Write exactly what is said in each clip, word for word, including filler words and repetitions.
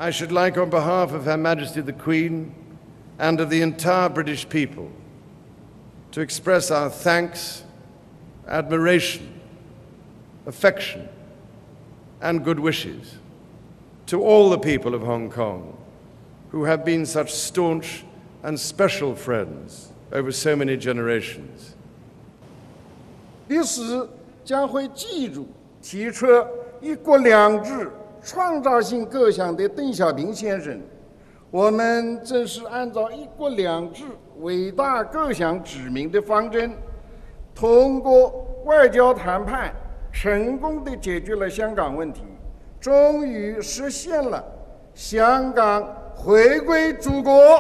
I should like, on behalf of Her Majesty the Queen and of the entire British people, to express our thanks, admiration, affection, and good wishes to all the people of Hong Kong who have been such staunch and special friends over so many generations. 历史将会记住提出一国两制创造性构想的邓小平先生，我们正是按照一国两制伟大构想指明的方针，通过外交谈判成功地解决了香港问题，终于实现了香港回归祖国。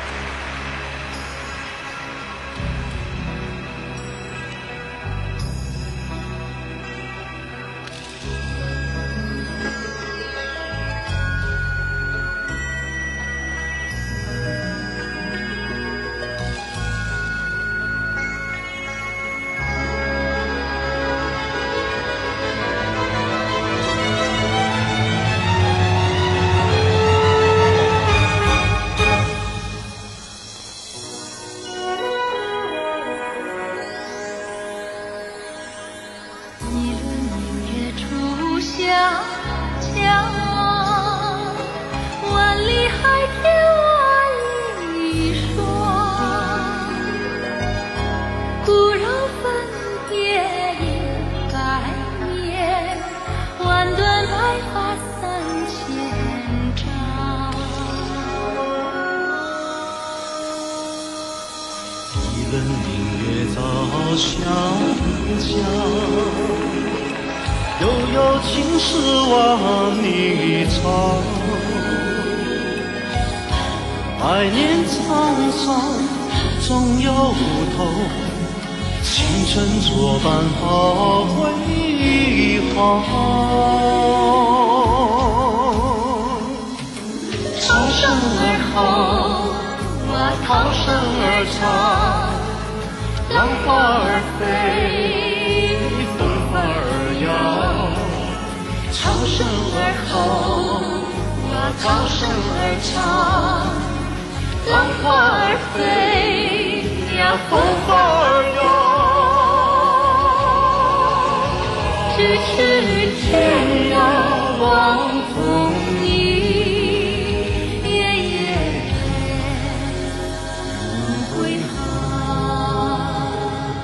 悠悠青史万里长，百年沧桑总有头，前尘作伴好辉煌。涛声而好，涛声而长，浪花而飞，风花而摇，涛声而好，涛声而长，浪花而飞呀，风花而摇，咫尺天涯望风影，夜夜盼归航。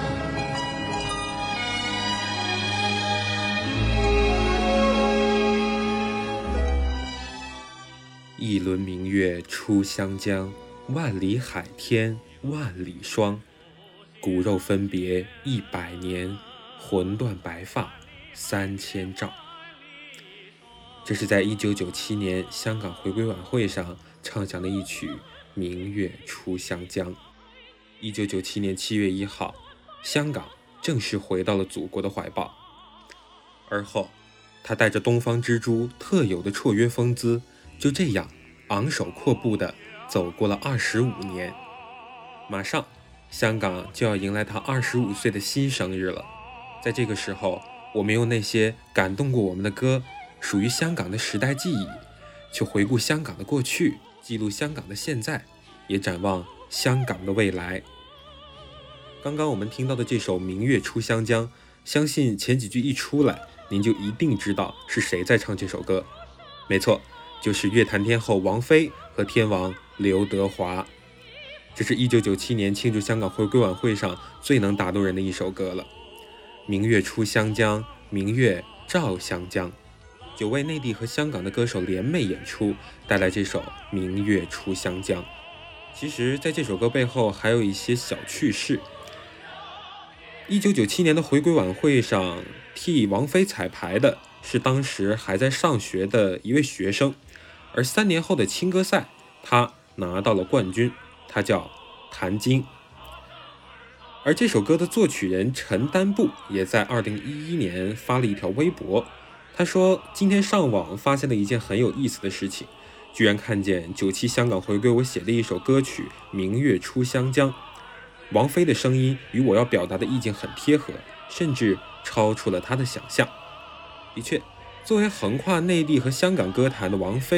一轮明月出湘江，万里海天万里霜。骨肉分别一百年，魂断白发三千丈。这是在一九九七年香港回归晚会上唱响的一曲《明月出湘江》。一九九七年七月一号，香港正式回到了祖国的怀抱。而后，他带着东方之珠特有的绰约风姿，就这样昂首阔步地走过了二十五年。马上，香港就要迎来他二十五岁的新生日了。在这个时候，我们用那些感动过我们的歌，属于香港的时代记忆，去回顾香港的过去，记录香港的现在，也展望香港的未来。刚刚我们听到的这首《明月出湘江》，相信前几句一出来，您就一定知道是谁在唱这首歌。没错，就是乐坛天后王菲和天王刘德华。这是一九九七年庆祝香港回归晚会上最能打动人的一首歌了。明月出湘江，明月照湘江，九位内地和香港的歌手联袂演出，带来这首《明月出湘江》。其实在这首歌背后还有一些小趣事。一九九七年的回归晚会上，替王菲彩排的是当时还在上学的一位学生，而三年后的青歌赛，他拿到了冠军，他叫谭晶。而这首歌的作曲人陈丹布也在二零一一年发了一条微博，他说今天上网发现了一件很有意思的事情，居然看见九七香港回归我写的一首歌曲《明月出湘江》，王菲的声音与我要表达的意境很贴合，甚至超出了他的想象。的确，作为横跨内地和香港歌坛的王菲，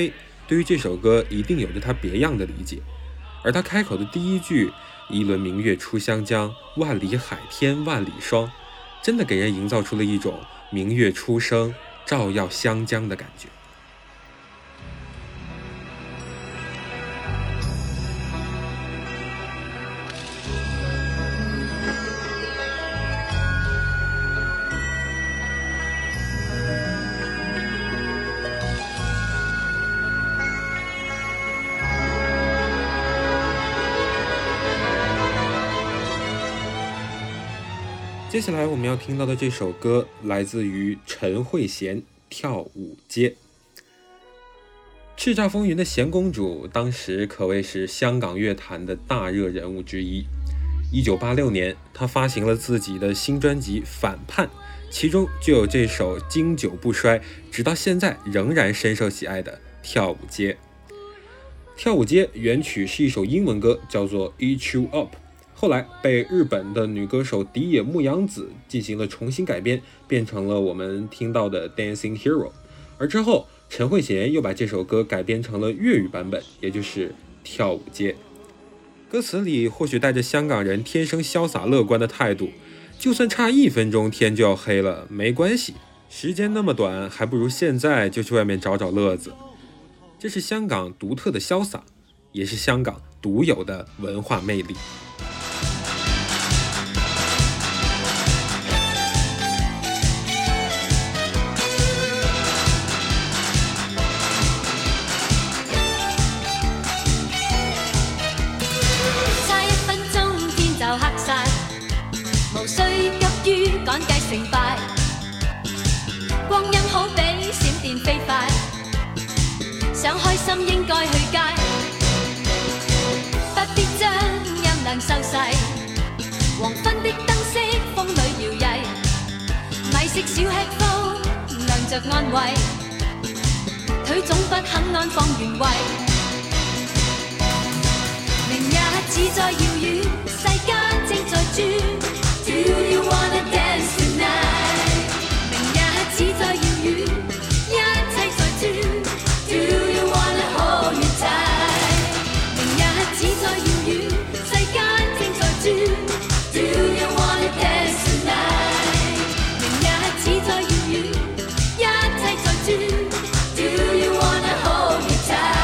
对于这首歌一定有着他别样的理解。而他开口的第一句一轮明月出湘江，万里海天万里霜，真的给人营造出了一种明月初升照耀湘江的感觉。接下来我们要听到的这首歌来自于陈慧娴，《跳舞街》。叱咤风云的娴公主当时可谓是香港乐坛的大热人物之一。一九八六年，她发行了自己的新专辑《反叛》，其中就有这首经久不衰，直到现在仍然深受喜爱的《跳舞街》。《跳舞街》原曲是一首英文歌，叫做《Eat You Up》。后来被日本的女歌手荻野牧洋子进行了重新改编，变成了我们听到的 Dancing Hero。而之后陈慧娴又把这首歌改编成了粤语版本，也就是跳舞街。歌词里或许带着香港人天生潇洒乐观的态度，就算差一分钟天就要黑了，没关系，时间那么短，还不如现在就去外面找找乐子。这是香港独特的潇洒，也是香港独有的文化魅力。 趕計成敗，光陰好比閃電飛快，想開心應該去街，不必將音量收細，黃昏的燈飾風裏搖曳，米食小吃都亮着安慰，腿總不肯安放原位，明日只在遙遠，世間正在轉。Do you wanna dance tonight？ 明日只在遙遠，一切在轉。Do you wanna hold me tight？ 明日只在遙遠，世間正在轉。Do you wanna dance tonight？ 明日只在遙遠，一切在轉。Do you wanna hold me tight？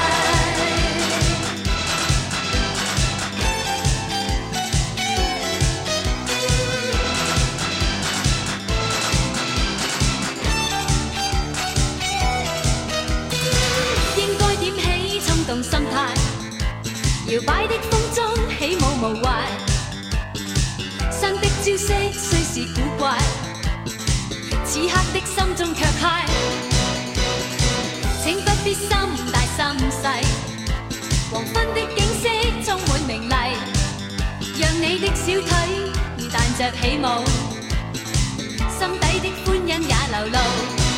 心態搖擺的風中起舞無壞，新的招式雖是古怪，此刻的心中卻嗨，請不必心大心細，黃昏的景色充滿明麗，讓你的小腿彈着起舞，心底的歡欣也流露，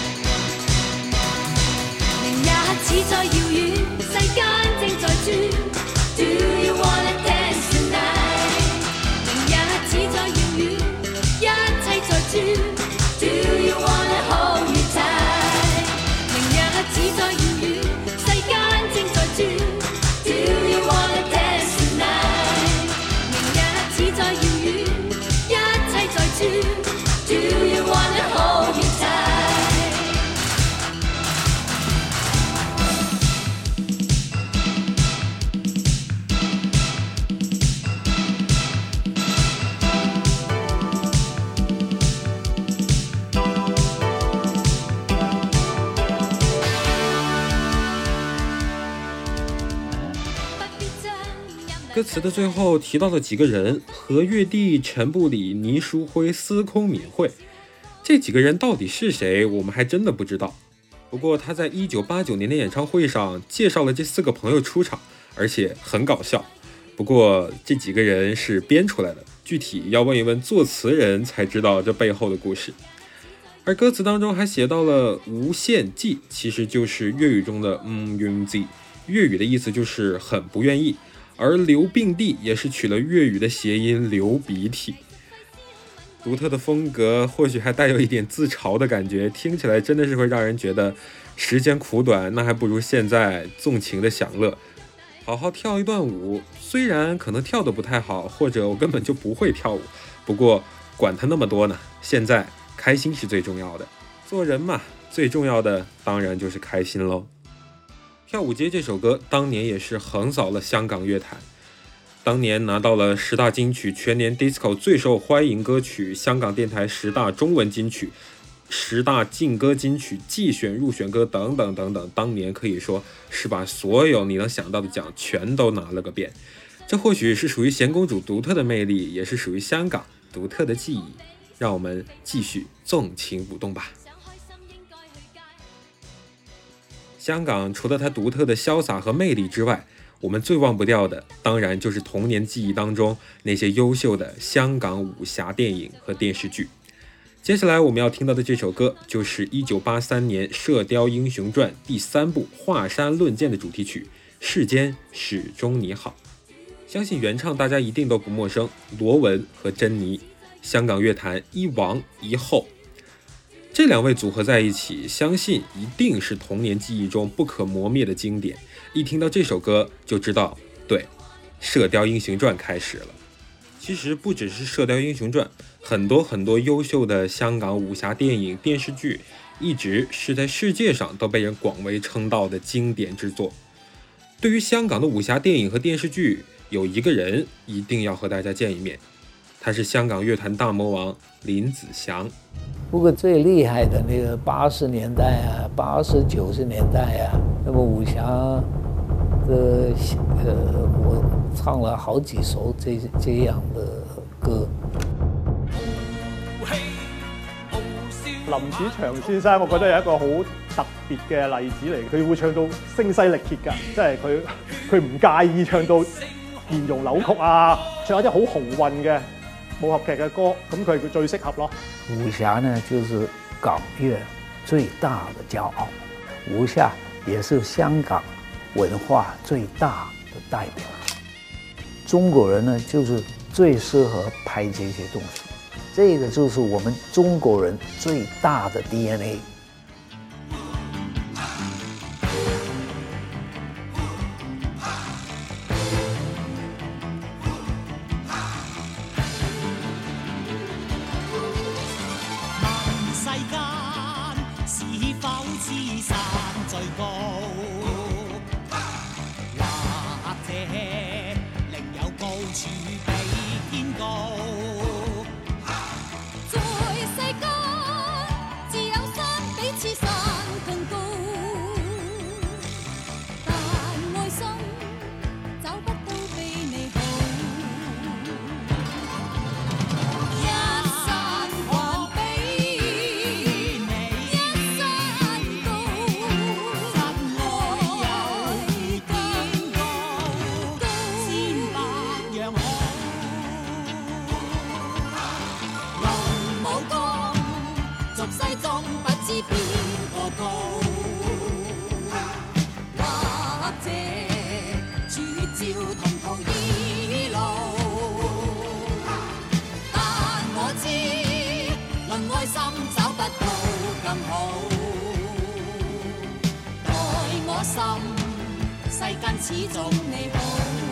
明日只在遙遠，世間正在轉。Do you wanna dance tonight？ 明日只在遙遠，一切在轉。Do you wanna hold me tight？ 明日只在遙遠，世間正在轉。Do you wanna dance tonight？ 明日只在遙遠，一切在轉。Do you wanna hold me tight？ 歌词的最后提到了几个人：何月帝、陈布里、倪淑辉、司空敏慧。这几个人到底是谁，我们还真的不知道。不过他在一九八九年的演唱会上介绍了这四个朋友出场，而且很搞笑。不过这几个人是编出来的，具体要问一问作词人才知道这背后的故事。而歌词当中还写到了无限忌，其实就是粤语中的嗯晕字，粤语的意思就是很不愿意。而流病地也是取了粤语的谐音流鼻涕。 独特的风格，或许还带有一点自嘲的感觉，听起来真的是会让人觉得时间苦短，那还不如现在纵情的享乐，好好跳一段舞。虽然可能跳得不太好，或者我根本就不会跳舞，不过管它那么多呢，现在开心是最重要的。做人嘛，最重要的当然就是开心喽。跳舞街这首歌当年也是横扫了香港乐坛，当年拿到了十大金曲、全年 disco 最受欢迎歌曲、香港电台十大中文金曲、十大劲歌金曲、季选入选歌等等等等，当年可以说是把所有你能想到的奖全都拿了个遍。这或许是属于贤公主独特的魅力，也是属于香港独特的记忆。让我们继续纵情舞动吧。香港除了它独特的潇洒和魅力之外，我们最忘不掉的当然就是童年记忆当中那些优秀的香港武侠电影和电视剧。接下来我们要听到的这首歌就是一九八三年《射雕英雄传》第三部华山论剑的主题曲《世间始终你好》。相信原唱大家一定都不陌生，罗文和珍妮，香港乐坛一王一后，这两位组合在一起，相信一定是童年记忆中不可磨灭的经典。一听到这首歌就知道，对，射雕英雄传开始了。其实不只是射雕英雄传，很多很多优秀的香港武侠电影电视剧一直是在世界上都被人广为称道的经典之作。对于香港的武侠电影和电视剧，有一个人一定要和大家见一面，他是香港乐坛大魔王林子祥。 不过最厉害的那个八十年代啊，八十九十年代啊，那么武侠的呃，我唱了好几首这这样的歌。 林子祥先生，我覺得有一個好特別嘅例子嚟，佢會唱到聲嘶力竭㗎，即係佢佢唔介意唱到面容扭曲啊，唱一啲好雄渾嘅武俠劇嘅歌，咁佢係最適合咯。 武俠呢，就是港樂最大的驕傲，武俠也是香港文化最大的代表。中國人呢，就是最適合拍這些東西。這個就是我們中國人最大的 D N A。 問世間是否知山最高，或者另有高處比天高。世間始終你好。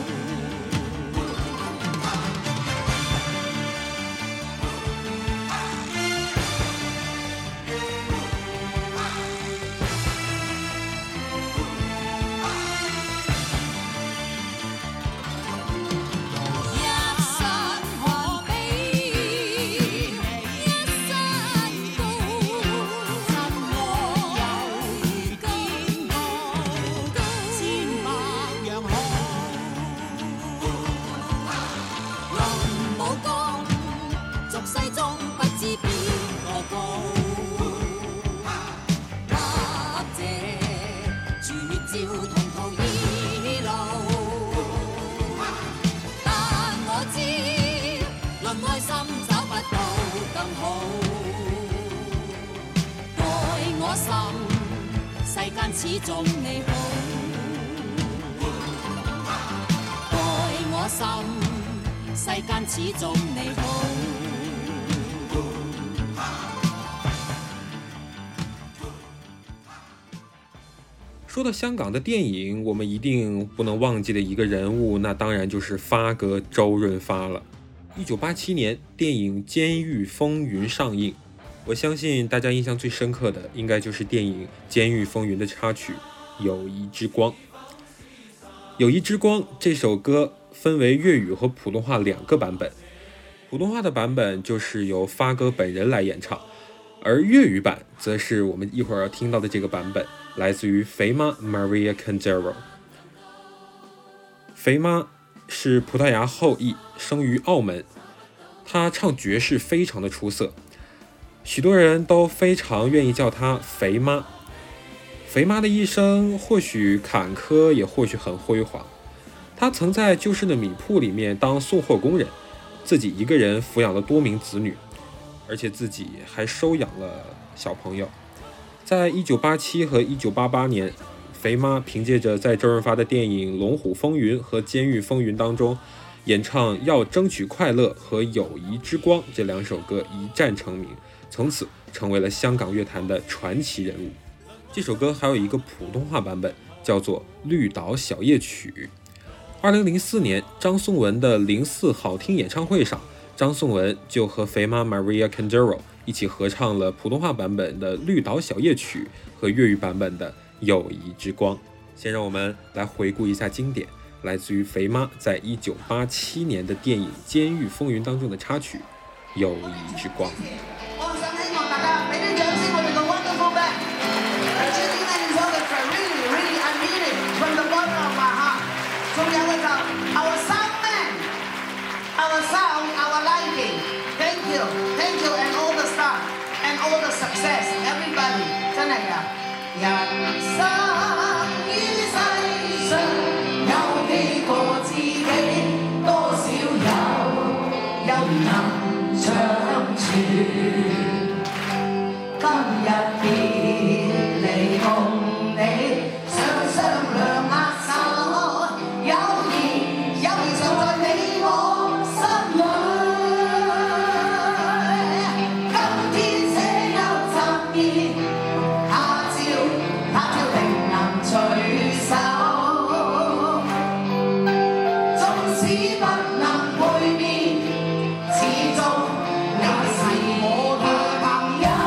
世間始終你好，愛我心，世間始終你好。 说到香港的电影，我们一定不能忘记的一个人物，那当然就是发哥周润发了。一九八七年，电影《监狱风云》上映，我相信大家印象最深刻的应该就是电影《监狱风云》的插曲《友谊之光》。《友谊之光》这首歌分为粤语和普通话两个版本，普通话的版本就是由发哥本人来演唱，而粤语版则是我们一会儿要听到的这个版本，来自于肥妈 Maria Cordero。 肥妈是葡萄牙后裔，生于澳门，她唱爵士非常的出色，许多人都非常愿意叫她肥妈。肥妈的一生或许坎坷，也或许很辉煌。她曾在旧市的米铺里面当送货工人，自己一个人抚养了多名子女，而且自己还收养了小朋友。在一九八七和一九八八年，肥妈凭借着在周润发的电影《龙虎风云》和《监狱风云》当中演唱《要争取快乐》和《友谊之光》这两首歌一战成名，从此成为了香港乐坛的传奇人物。这首歌还有一个普通话版本，叫做《绿岛小夜曲》。二零零四年，张颂文的零四好听演唱会上，张颂文就和肥妈 Maria Cordero 一起合唱了普通话版本的《绿岛小夜曲》和粤语版本的《友谊之光》。先让我们来回顾一下经典，来自于肥妈在一九八七年的电影《监狱风云》当中的插曲《友谊之光》。 我想希望大家俾啲掌聲我哋個 wonderful band。Tuning in and orchestra, really, really, I mean it from the bottom of my heart。仲有嘅就 our sound man, our sound, our lighting. Thank you, thank you, and all the staff, and all the success, everybody。真係㗎。人生於世上有幾個知己，多少有又能長存。今日別離共你雙雙兩握手，友誼友誼常在你我心裏。今天這又暫別，他朝他朝定能隨手，縱使不能會面，始終你是我嘅朋友。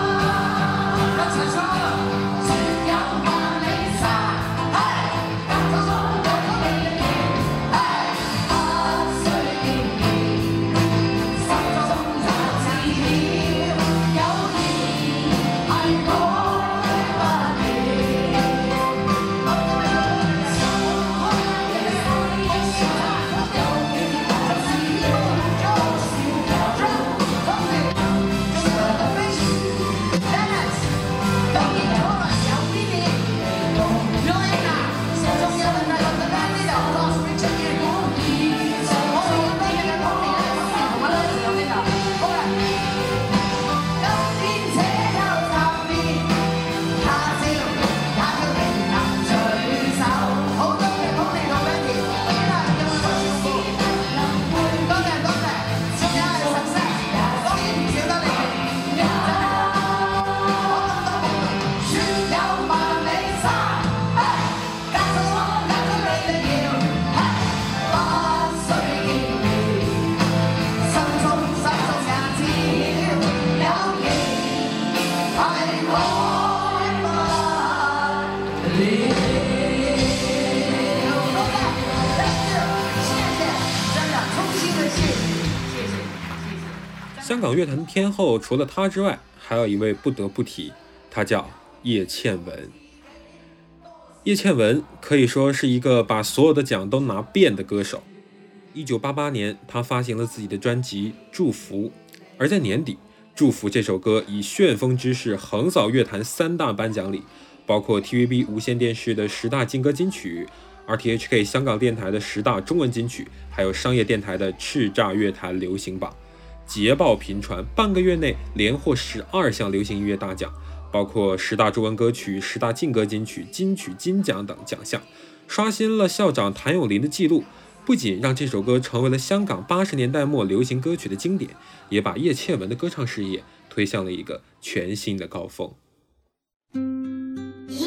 香港乐坛天后除了她之外，还有一位不得不提，她叫叶倩文。叶倩文可以说是一个把所有的奖都拿遍的歌手。一九八八年，她发行了自己的专辑《祝福》，而在年底，《祝福》这首歌以旋风之势横扫乐坛三大颁奖礼，包括 T V B 无线电视的十大劲歌金曲， R T H K 香港电台的十大中文金曲，还有商业电台的叱咤乐坛流行榜，捷报频传，半个月内连获十二项流行音乐大奖，包括十大中文歌曲、十大劲歌金曲、金曲金奖等奖项，刷新了校长谭咏麟的记录。不仅让这首歌成为了香港八十年代末流行歌曲的经典，也把叶倩文的歌唱事业推向了一个全新的高峰。 其实你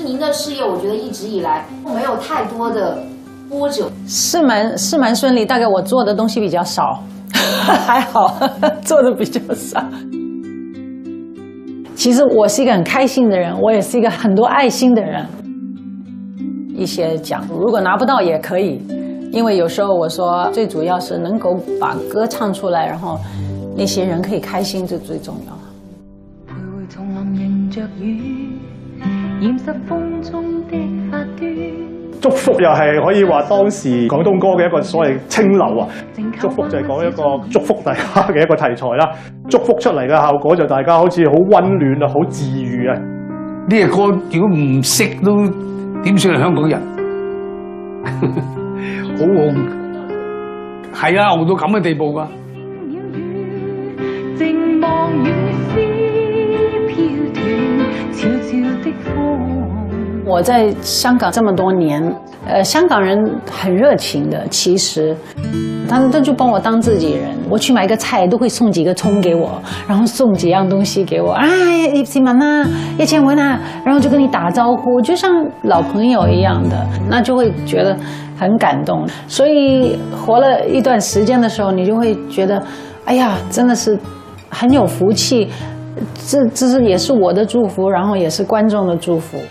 您的事业，我觉得一直以来没有太多的波折， 是蛮是蛮顺利。大概我做的东西比较少，还好做的比较少。其实我是一个很开心的人，我也是一个很多爱心的人。一些奖如果拿不到也可以，因为有时候我说最主要是能够把歌唱出来，然后那些人可以开心，这最重要。徘徊丛林迎着雨，染湿风中的发端。 祝福又係可以話當時廣東歌嘅一個所謂清流啊！祝福就係講一個祝福大家嘅一個題材啦。祝福出嚟嘅效果就大家好似好溫暖啊，好治癒啊！ 呢個歌如果唔識都點算係香港人？好紅，係啊，紅到咁嘅地步㗎。靜望雨絲飄斷，悄悄的風。 我在香港这么多年，呃，香港人很热情的，其实，他们他就把我当自己人。我去买个菜都会送几个葱给我，然后送几样东西给我，啊，一千蚊啊，一千蚊啊，然后就跟你打招呼，就像老朋友一样的，那就会觉得很感动。所以活了一段时间的时候，你就会觉得，哎呀，真的是很有福气，这这是也是我的祝福，然后也是观众的祝福。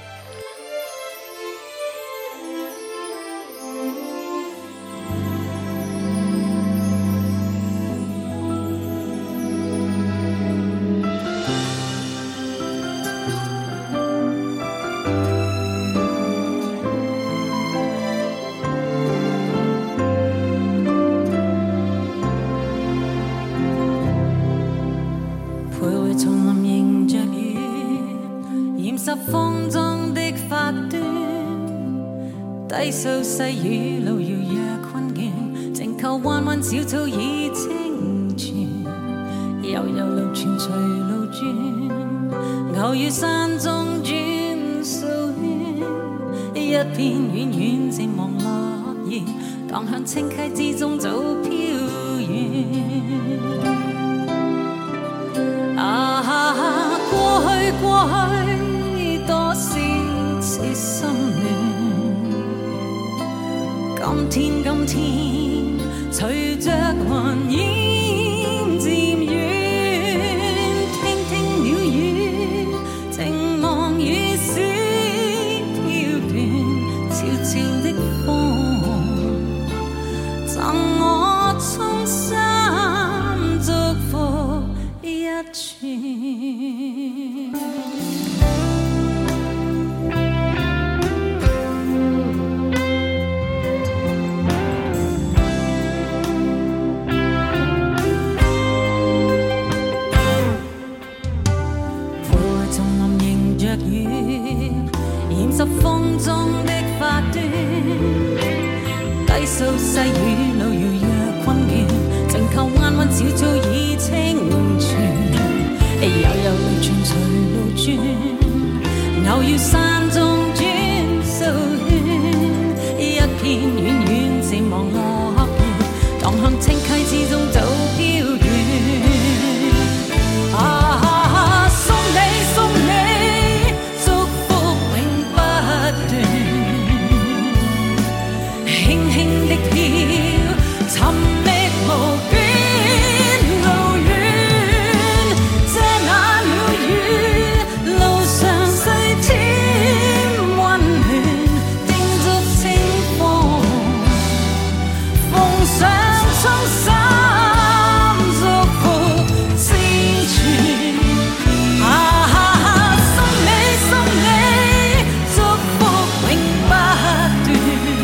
風中的發端，低訴細雨路遙若困倦，靜靠彎彎小草已清泉，悠悠流泉隨路轉，偶遇山中轉數圈，一片遠遠漸望落葉，蕩向清溪之中早飄遠。啊，過去過去多少次心亂，今天今天隨着雲煙漸遠，聽聽鳥語，靜望雨絲飄斷，悄悄的風贈我衷心祝福一串。十風中的發端，低訴細雨路遙若困倦，靜靠彎彎小草已清泉，悠悠流泉隨路轉，偶遇山中轉數圈，一片遠遠漸望落葉，蕩向清溪之中早飄遠。啊，送你送你祝福永不斷，輕輕的飄，尋覓無邊路遠，這那鳥語，路上細添溫暖，叮囑清風，奉上衷心祝福千串。啊，送你送你祝福永不斷。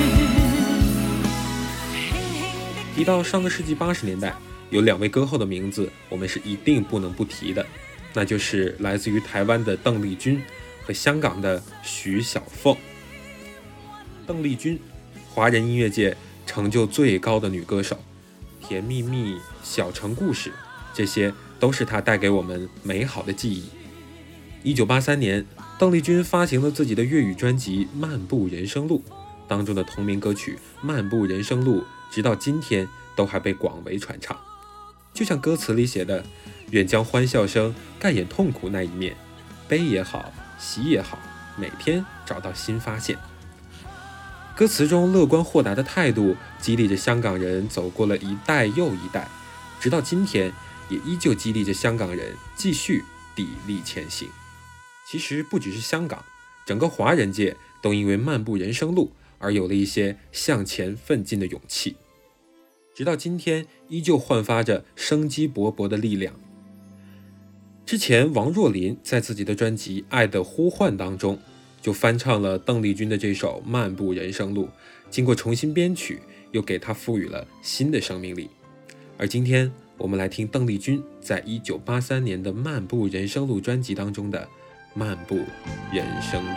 提到上个世纪八十年代，有两位歌后的名字我们是一定不能不提的，那就是来自于台湾的邓丽君和香港的徐小凤。邓丽君，华人音乐界成就最高的女歌手，甜蜜蜜、小城故事，这些都是她带给我们美好的记忆。一九八三年，邓丽君发行了自己的粤语专辑《漫步人生路》，当中的同名歌曲《漫步人生路》直到今天都还被广为传唱。就像歌词里写的，愿将欢笑声盖掩痛苦那一面，悲也好，喜也好， 每天找到新发现。歌词中乐观豁达的态度激励着香港人走过了一代又一代，直到今天也依旧激励着香港人继续砥砺前行。其实不只是香港，整个华人界都因为漫步人生路而有了一些向前奋进的勇气，直到今天依旧焕发着生机勃勃的力量。之前王若琳在自己的专辑《爱的呼唤》当中就翻唱了邓丽君的这首《漫步人生路》，经过重新编曲，又给它赋予了新的生命力。而今天我们来听邓丽君在一九八三年的《漫步人生路》专辑当中的《漫步人生路》。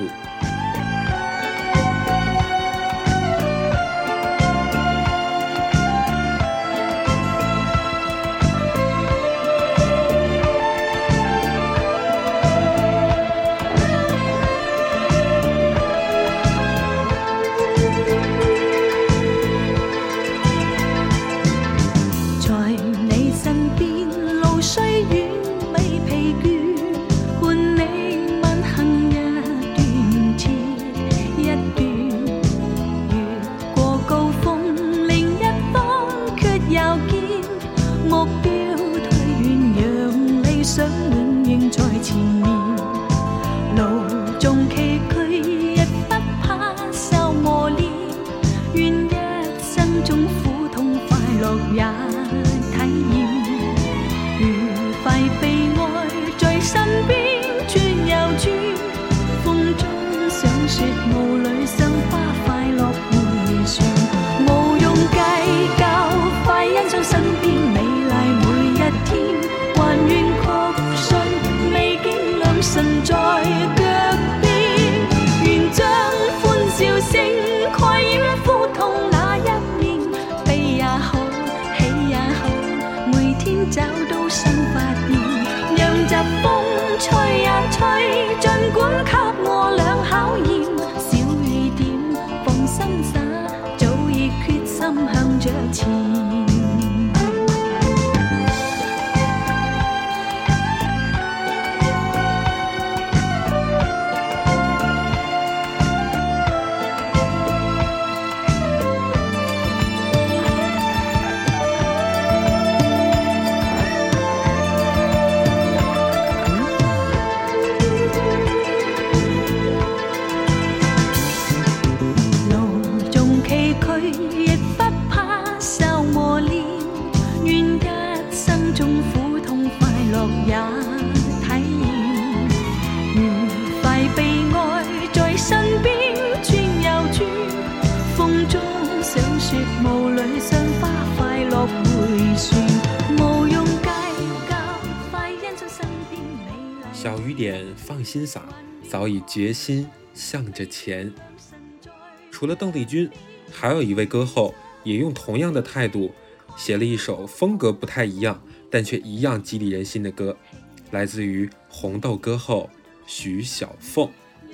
小雨点放心洒，早已决心向着前。除了邓丽君，还有一位歌后也用同样的态度写了一首风格不太一样但却一样激励人心的歌，来自于红豆歌后徐小凤。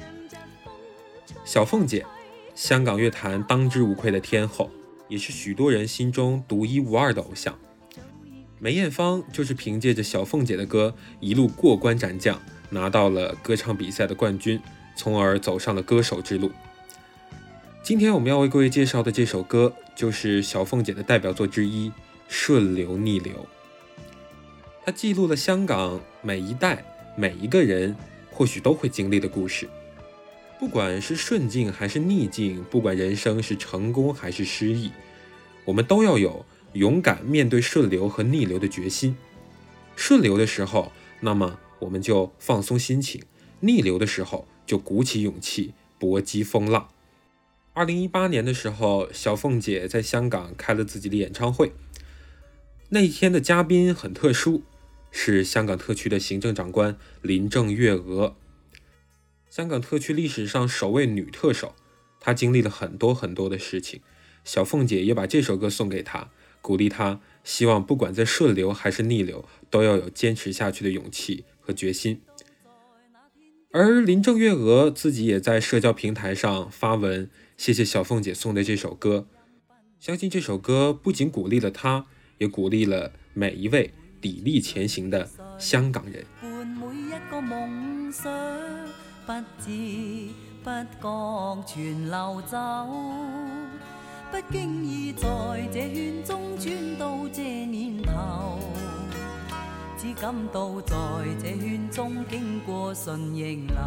小凤姐，香港乐坛当之无愧的天后，也是许多人心中独一无二的偶像。梅艳芳就是凭借着小凤姐的歌一路过关斩将，拿到了歌唱比赛的冠军，从而走上了歌手之路。今天我们要为各位介绍的这首歌就是小凤姐的代表作之一《顺流逆流》。它记录了香港每一代每一个人或许都会经历的故事，不管是顺境还是逆境，不管人生是成功还是失意，我们都要有勇敢面对顺流和逆流的决心。顺流的时候，那么我们就放松心情；逆流的时候，就鼓起勇气搏击风浪。二零一八年的时候，小凤姐在香港开了自己的演唱会。那一天的嘉宾很特殊，是香港特区的行政长官林郑月娥。香港特区历史上首位女特首，她经历了很多很多的事情。小凤姐也把这首歌送给她，鼓励她，希望不管在顺流还是逆流，都要有坚持下去的勇气和决心。而林郑月娥自己也在社交平台上发文，谢谢小凤姐送的这首歌。相信这首歌不仅鼓励了她，也鼓励了每一位砥砺前行的香港人。 每一個夢想不知不覺全流走，不經意在這圈中轉到這年頭，只感到在這圈中經過順逆流，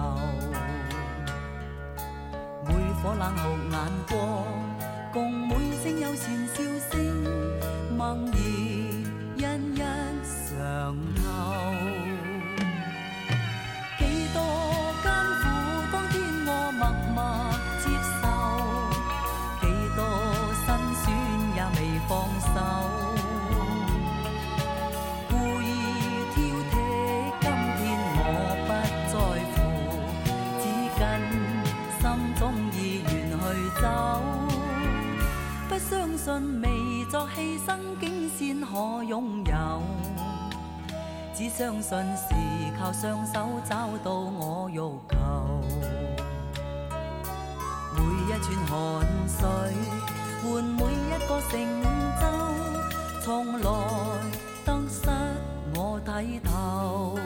每顆冷酷眼光，共每聲友善笑聲，默然一一嘗透。幾多艱苦當天我默默接受，幾多辛酸也未放手，故意挑剔，今天我不在乎，只跟心中意願去走，不相信未作犧牲竟先可擁有，只相信是靠雙手找到我欲求，每一串汗水換每一個成就，從來得失我睇透。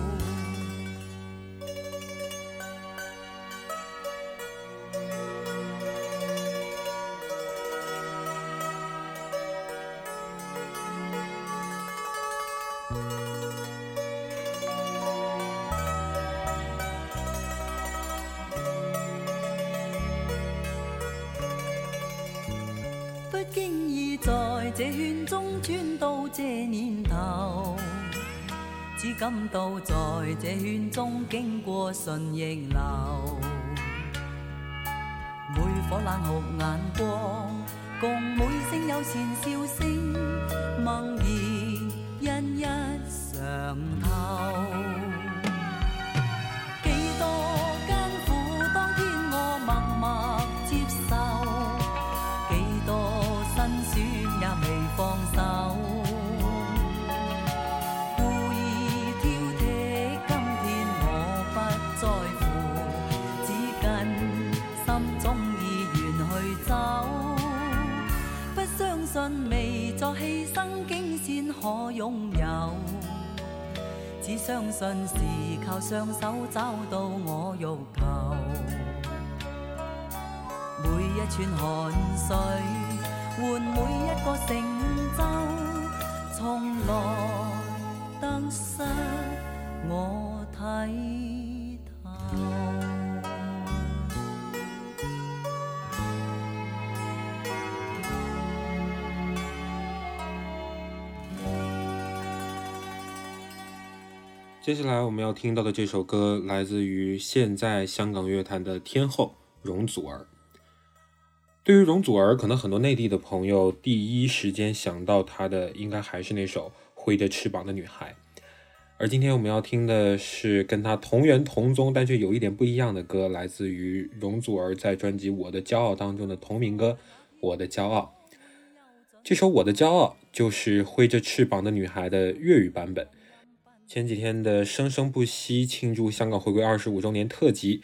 不經意在這圈中轉到這年頭，只感到在這圈中經過順逆流，每顆冷酷眼光，共每聲友善笑聲，默然一一嘗透。幾多艱苦當天我默默接受，幾多辛酸也未放手，故意挑剔，今天我不在乎，只跟心中意願去走，不相信未作犧牲竟先可擁有，只相信是靠雙手找到我欲求，每一串汗水換每一個成就，從來得失我睇透。 接下来我们要听到的这首歌来自于现在香港乐坛的天后容祖儿。对于容祖儿，可能很多内地的朋友第一时间想到她的应该还是那首挥着翅膀的女孩，而今天我们要听的是跟她同源同宗但却有一点不一样的歌，来自于容祖儿在专辑《我的骄傲》当中的同名歌《我的骄傲》。这首《我的骄傲》就是挥着翅膀的女孩的粤语版本。前几天的生生不息庆祝香港回归二十五周年特辑，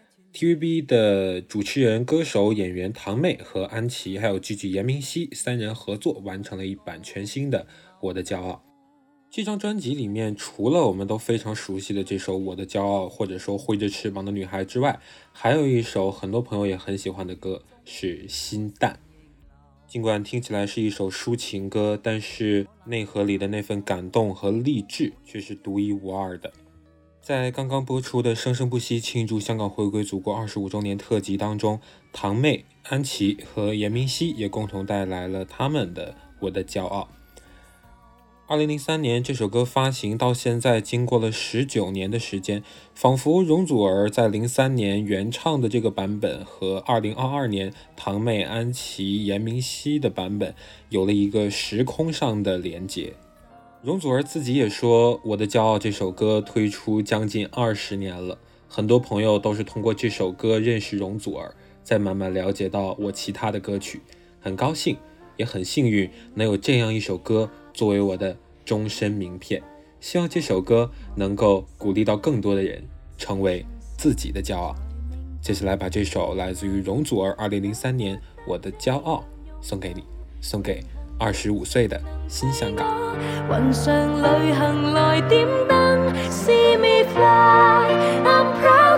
T V B 的主持人、歌手、演员唐妹和安琪还有剧剧严明熙三人合作完成了一版全新的《我的骄傲》。这张专辑里面除了我们都非常熟悉的这首《我的骄傲》或者说挥着翅膀的女孩之外，还有一首很多朋友也很喜欢的歌是《心淡》。尽管听起来是一首抒情歌，但是内核里的那份感动和励志却是独一无二的。在刚刚播出的生生不息庆祝香港回归祖国二十五周年特辑当中，唐妹、安琪和严明熙也共同带来了他们的《我的骄傲》。二零零三年这首歌发行到现在经过了十九年的时间，仿佛容祖儿在零三年原唱的这个版本和二零二二年唐妹、安琪、严明熙的版本有了一个时空上的连结。容祖儿自己也说，《我的骄傲》这首歌推出将近二十年了，很多朋友都是通过这首歌认识容祖儿，再慢慢了解到我其他的歌曲，很高兴也很幸运能有这样一首歌作为我的终身名片，希望这首歌能够鼓励到更多的人成为自己的骄傲。接下来把这首来自于容祖儿二零零三年《我的骄傲》送给你，送给二十五岁的新香港。 雲上旅行來點燈 See me fly I'm proud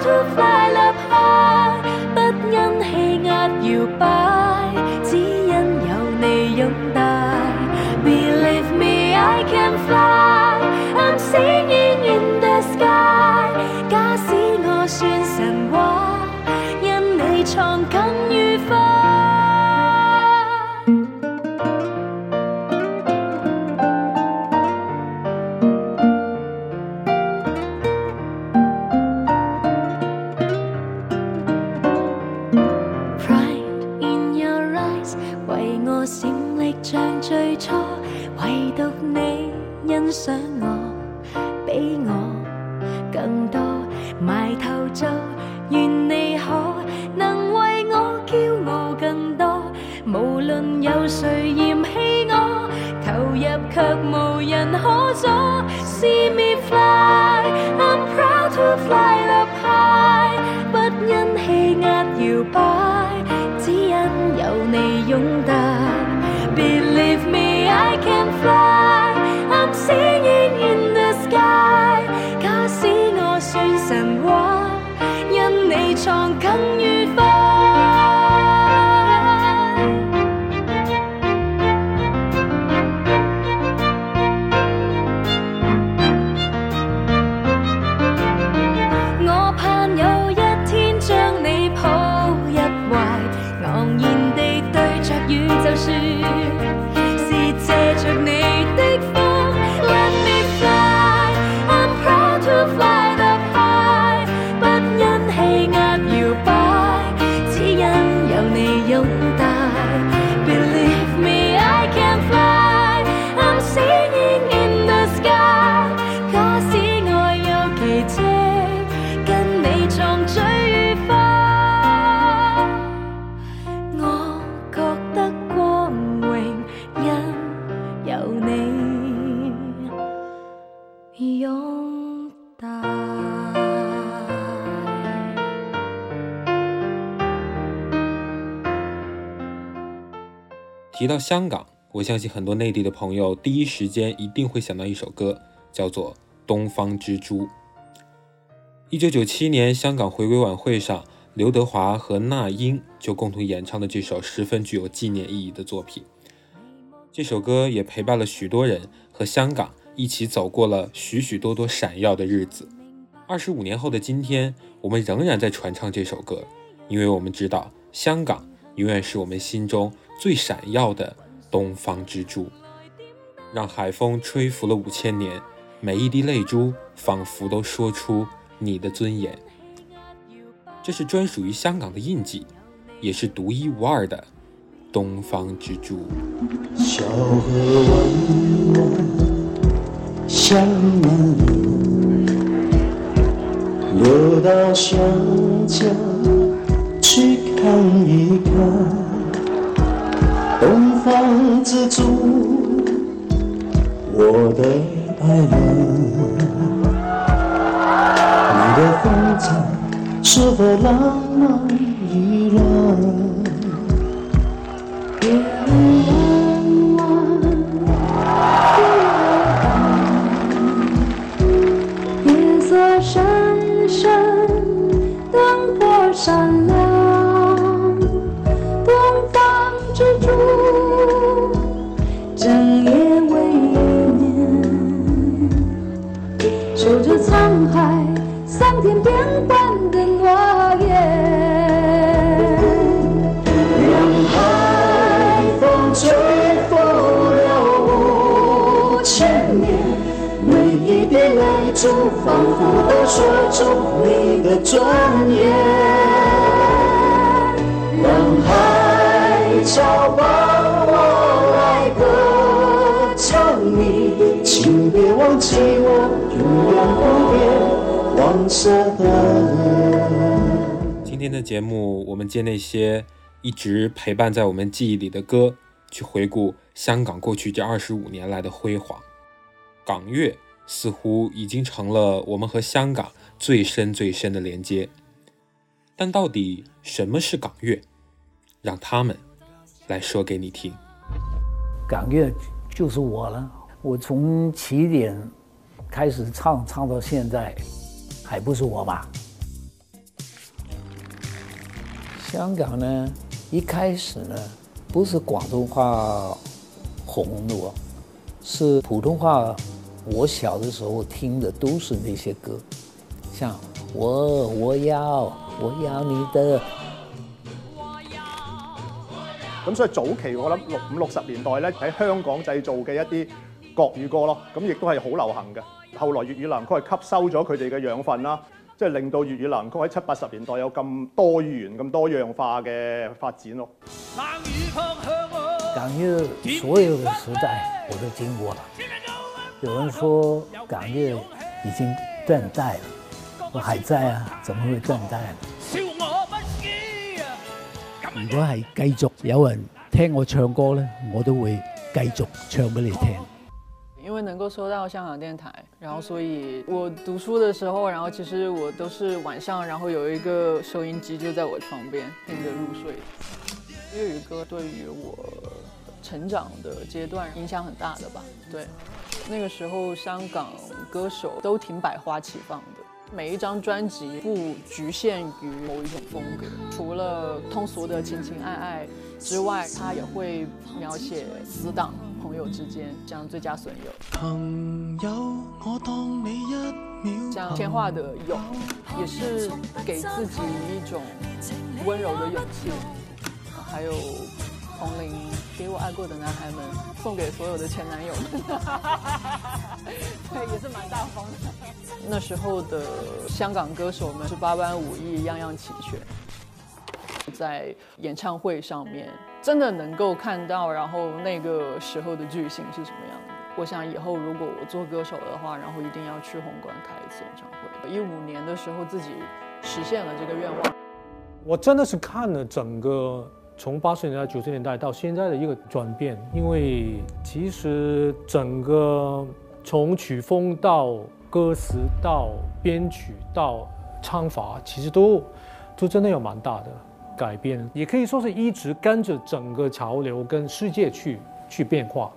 to fly 立派，不因氣壓搖擺，只因有你擁戴。Believe me, I can fly. I'm singing in the sky. 假使我算神話，因你創更愉快。Pride in your eyes， 為我閃力像最初，唯獨你欣賞我，比我更多。埋頭做，願你可能為我驕傲更多。無論有誰嫌棄我，投入卻無人可阻。See me fly, I'm proud to fly 立派，不因氣壓搖擺，只因有你擁戴。Believe me, I can fly. I'm singing in the sky. 假使我算神話，因你創更愉快。我盼有一天將你抱入懷，昂然地對着宇宙說。借着你的風 Let me fly, I'm proud to fly 立派，不因氣壓搖擺，只因有你擁戴。Believe me, I can fly, I'm singing in the sky。 假使我有奇蹟，跟你創最愉快，我覺得光榮，因有你擁戴。 提到香港，我相信很多内地的朋友第一时间一定会想到一首歌，叫做《东方之珠》。一九九七年香港回归晚会上，刘德华和那英就共同演唱的这首十分具有纪念意义的作品。这首歌也陪伴了许多人和香港一起走过了许许多多闪耀的日子。二十五年后的今天，我们仍然在传唱这首歌，因为我们知道香港永远是我们心中最闪耀的东方之珠。让海风吹拂了五千年，每一滴泪珠仿佛都说出你的尊严。这是专属于香港的印记，也是独一无二的东方之珠。 小河弯弯向南流，流到湘江去看一看。东方之珠，我的爱人，你的风采是否浪漫依然？ 夜色深深，灯火闪亮，东方之珠，整夜未眠，守着沧海桑田变幻的诺言。让海风吹拂了五千年，每一滴泪珠仿佛都说出你的尊严。让海潮帮我来歌唱你，请别忘记我，永远不变黄色的人。 今天的节目，我们借那些一直陪伴在我们记忆里的歌，去回顾香港过去这二十五年来的辉煌。港乐似乎已经成了我们和香港最深最深的连接。但到底什么是港乐？让他们来说给你听。 港乐就是我了，我从起点开始唱，唱到现在，还不是我吗？ 香港呢，一开始呢，不是广东话红的哦，是普通话。我小的时候听的都是那些歌，像我我要我要你的。 咁所以早期我諗六五六十年代咧喺香港製造嘅一啲國語歌咯，咁亦都係好流行嘅。後來粵語流行曲係吸收咗佢哋嘅養分啦，即係令到粵語流行曲喺七八十年代有咁多元、咁多樣化嘅發展咯。 港樂所有的時代我都經過了。有人說港樂已經斷代了，我還在啊，怎麼會斷代呢？ 如果係繼續有人聽我唱歌呢，我都會繼續唱俾你聽。 因為能夠收到香港電台，然後所以我讀書的時候，然後其實我都是晚上，然後有一個收音機就在我床邊聽着入睡。粵語歌對於我成長的階段影響很大的吧，對。那個時候香港歌手都挺百花齊放的，每一張專輯不局限於某一種風格，除了通俗的情情愛愛之外，他也會描寫死黨朋友之間，像最佳損友， 朋友我當你一秒， 像天化的勇，也是給自己一種溫柔的勇氣，還有彭羚給我愛過的男孩們，送給所有的前男友們，對，也是蠻大方的。那時候的香港歌手們是八般武藝，樣樣齊全。在演唱會上面，真的能夠看到，然後那個時候的巨星是什麼樣的。我想以後如果我做歌手的話，然後一定要去紅館開一次演唱會。一五年的時候，自己實現了這個願望。 我真的是看了整個。從八十年代、九十年代到現在的一個轉變，因為其實整個從曲風到歌詞到編曲到唱法，其實都都真的有蠻大的改變，也可以說是一直跟着整個潮流跟世界去去變化。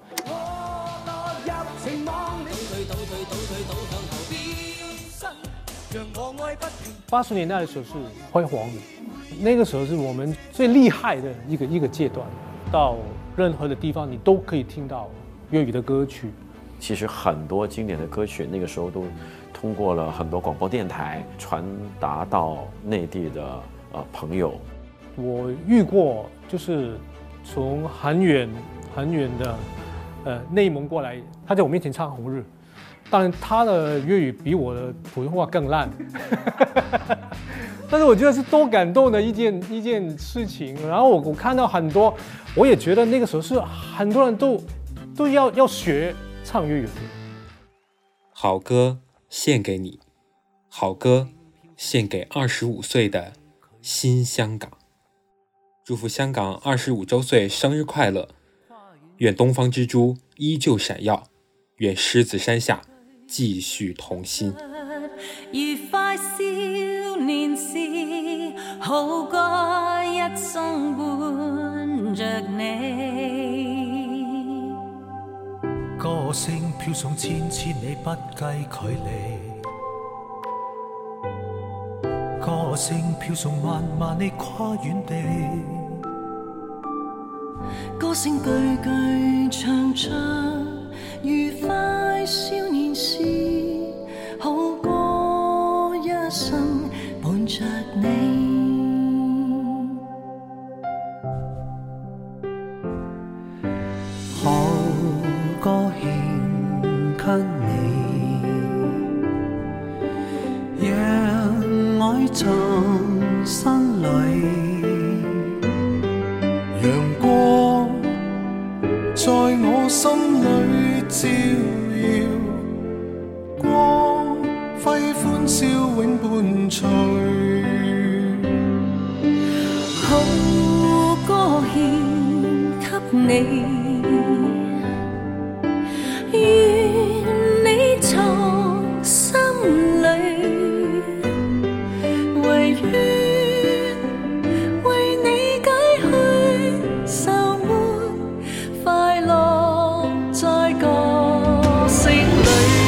八十年代的時候是輝煌的。那個時候是我們最厲害的一個一個階段，到任何的地方你都可以聽到粵語的歌曲。 其實很多經典的歌曲，那個時候都通過了很多廣播電台傳達到內地的呃朋友。 我遇過就是從很遠很遠的呃內蒙過來，他在我面前唱《紅日》，當然他的粵語比我的普通話更爛。但是我覺得是多感動的一件一件事情，然後我我看到很多，我也覺得那個時候是很多人都都要要學唱粵語歌。 好歌獻給你，好歌獻給二十五歲的新香港。祝福香港二十五週歲生日快樂！願東方之珠依舊閃耀，願獅子山下繼續同心。 愉快少年時，好過一生伴着你。 歌聲飄送千千里，不計距離。歌聲飄送萬萬里，跨遠地。 歌聲句句唱出愉快少年時，好過一生伴着你。 好歌獻給你，讓愛藏心裏，陽光在我心裏照耀，光輝歡笑永伴隨。 好歌獻給你，願你藏心裏，唯願為你解去愁悶，快樂在歌聲裏。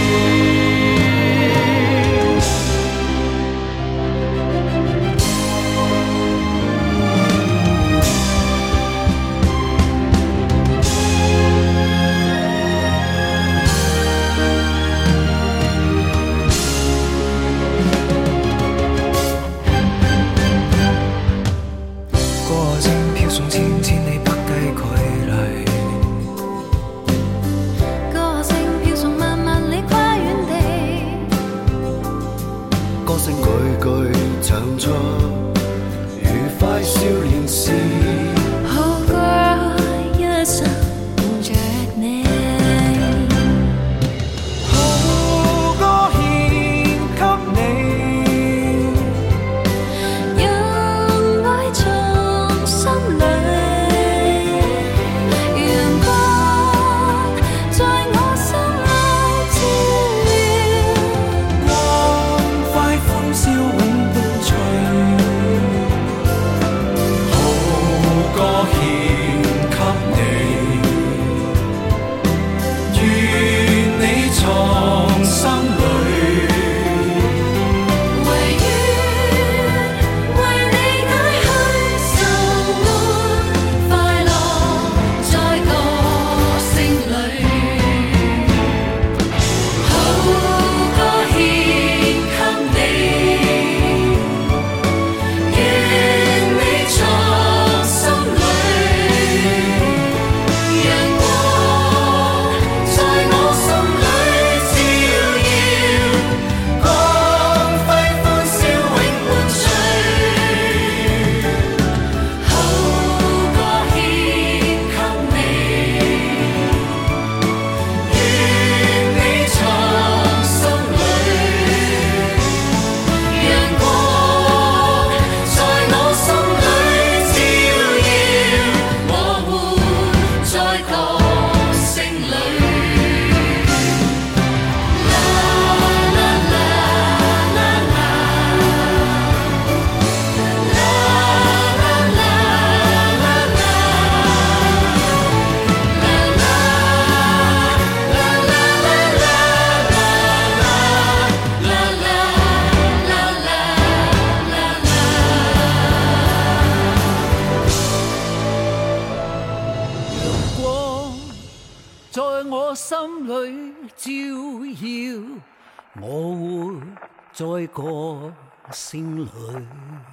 我心里照耀，我活在歌聲裏。